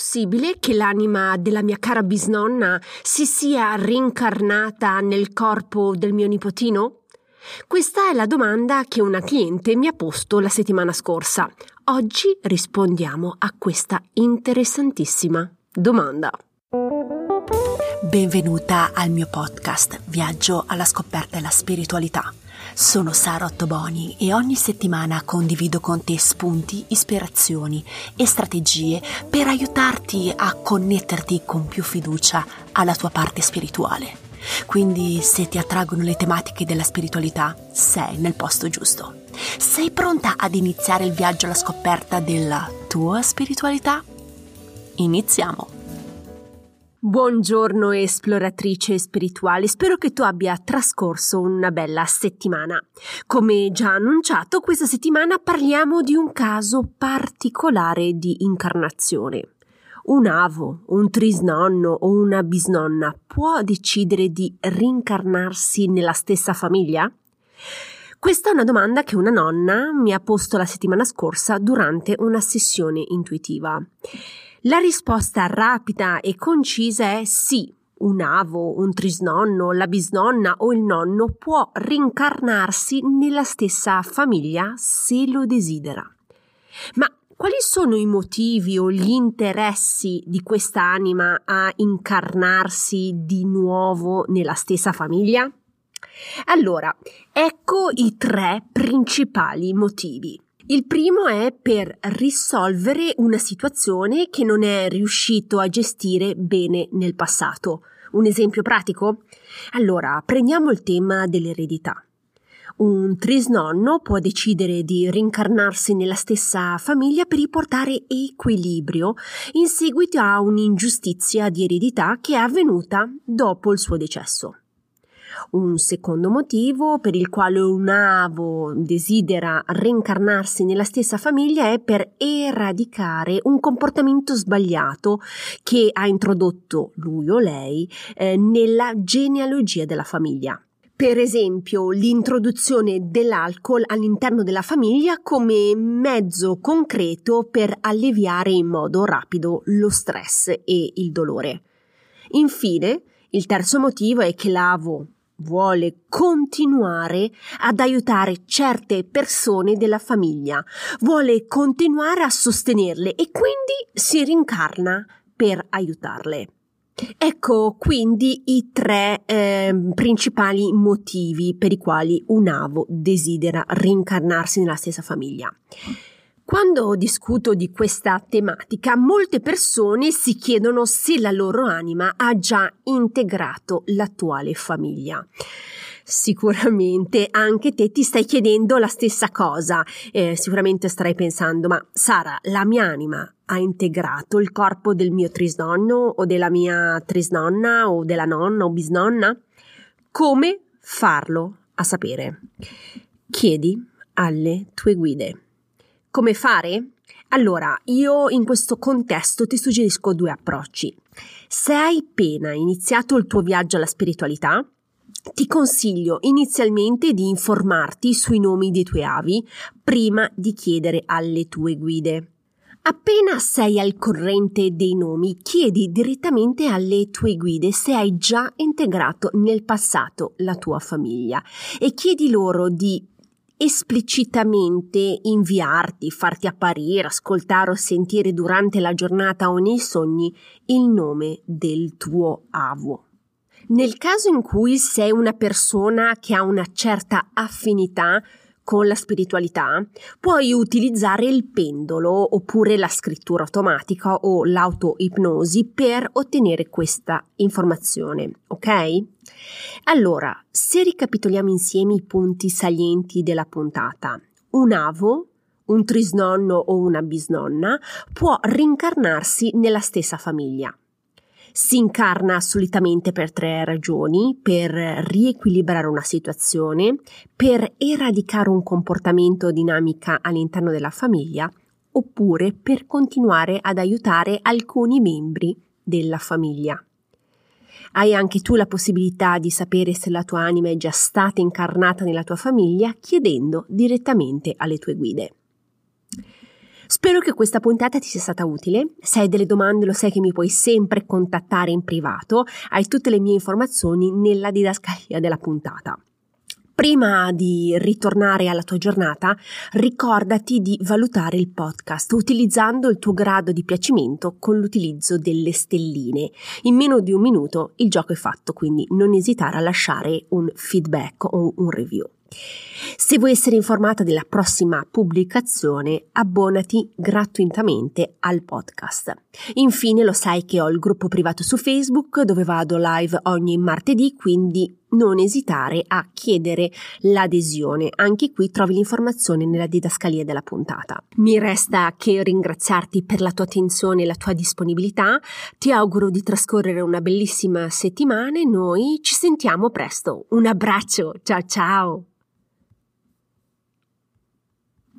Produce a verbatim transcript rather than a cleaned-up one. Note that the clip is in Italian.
possibile che l'anima della mia cara bisnonna si sia reincarnata nel corpo del mio nipotino? Questa è la domanda che una cliente mi ha posto la settimana scorsa. Oggi rispondiamo a questa interessantissima domanda. Benvenuta al mio podcast Viaggio alla scoperta della spiritualità. Sono Sara Ottoboni e ogni settimana condivido con te spunti, ispirazioni e strategie per aiutarti a connetterti con più fiducia alla tua parte spirituale. Quindi se ti attraggono le tematiche della spiritualità, sei nel posto giusto. Sei pronta ad iniziare il viaggio alla scoperta della tua spiritualità? Iniziamo! Buongiorno esploratrice spirituale, spero che tu abbia trascorso una bella settimana. Come già annunciato, questa settimana parliamo di un caso particolare di incarnazione. Un avo, un trisnonno o una bisnonna può decidere di rincarnarsi nella stessa famiglia? Questa è una domanda che una nonna mi ha posto la settimana scorsa durante una sessione intuitiva. La risposta rapida e concisa è sì, un avo, un trisnonno, la bisnonna o il nonno può rincarnarsi nella stessa famiglia se lo desidera. Ma quali sono i motivi o gli interessi di questa anima a incarnarsi di nuovo nella stessa famiglia? Allora, ecco i tre principali motivi. Il primo è per risolvere una situazione che non è riuscito a gestire bene nel passato. Un esempio pratico? Allora, prendiamo il tema dell'eredità. Un trisnonno può decidere di rincarnarsi nella stessa famiglia per riportare equilibrio in seguito a un'ingiustizia di eredità che è avvenuta dopo il suo decesso. Un secondo motivo per il quale un avo desidera reincarnarsi nella stessa famiglia è per eradicare un comportamento sbagliato che ha introdotto lui o lei eh, nella genealogia della famiglia. Per esempio, l'introduzione dell'alcol all'interno della famiglia come mezzo concreto per alleviare in modo rapido lo stress e il dolore. Infine, il terzo motivo è che l'avo vuole continuare ad aiutare certe persone della famiglia, vuole continuare a sostenerle e quindi si rincarna per aiutarle. Ecco quindi i tre eh, principali motivi per i quali un avo desidera rincarnarsi nella stessa famiglia. Quando discuto di questa tematica, molte persone si chiedono se la loro anima ha già integrato l'attuale famiglia. Sicuramente anche te ti stai chiedendo la stessa cosa. Eh, sicuramente starai pensando, ma Sara, la mia anima ha integrato il corpo del mio trisnonno o della mia trisnonna o della nonna o bisnonna? Come farlo a sapere? Chiedi alle tue guide. Come fare? Allora, io in questo contesto ti suggerisco due approcci. Se hai appena iniziato il tuo viaggio alla spiritualità, ti consiglio inizialmente di informarti sui nomi dei tuoi avi prima di chiedere alle tue guide. Appena sei al corrente dei nomi, chiedi direttamente alle tue guide se hai già integrato nel passato la tua famiglia e chiedi loro di esplicitamente inviarti, farti apparire, ascoltare o sentire durante la giornata o nei sogni il nome del tuo avo. Nel caso in cui sei una persona che ha una certa affinità con la spiritualità, puoi utilizzare il pendolo oppure la scrittura automatica o l'autoipnosi per ottenere questa informazione, ok? Allora, se ricapitoliamo insieme i punti salienti della puntata, un avo, un trisnonno o una bisnonna può rincarnarsi nella stessa famiglia. Si incarna solitamente per tre ragioni: per riequilibrare una situazione, per eradicare un comportamento o dinamica all'interno della famiglia, oppure per continuare ad aiutare alcuni membri della famiglia. Hai anche tu la possibilità di sapere se la tua anima è già stata incarnata nella tua famiglia chiedendo direttamente alle tue guide. Spero che questa puntata ti sia stata utile. Se hai delle domande lo sai che mi puoi sempre contattare in privato, hai tutte le mie informazioni nella didascalia della puntata. Prima di ritornare alla tua giornata, ricordati di valutare il podcast utilizzando il tuo grado di piacimento con l'utilizzo delle stelline. In meno di un minuto il gioco è fatto, quindi non esitare a lasciare un feedback o un review. Se vuoi essere informata della prossima pubblicazione, abbonati gratuitamente al podcast. Infine, lo sai che ho il gruppo privato su Facebook dove vado live ogni martedì, quindi non esitare a chiedere l'adesione. Anche qui trovi l'informazione nella didascalia della puntata. Mi resta che ringraziarti per la tua attenzione e la tua disponibilità. Ti auguro di trascorrere una bellissima settimana e noi ci sentiamo presto. Un abbraccio, ciao ciao!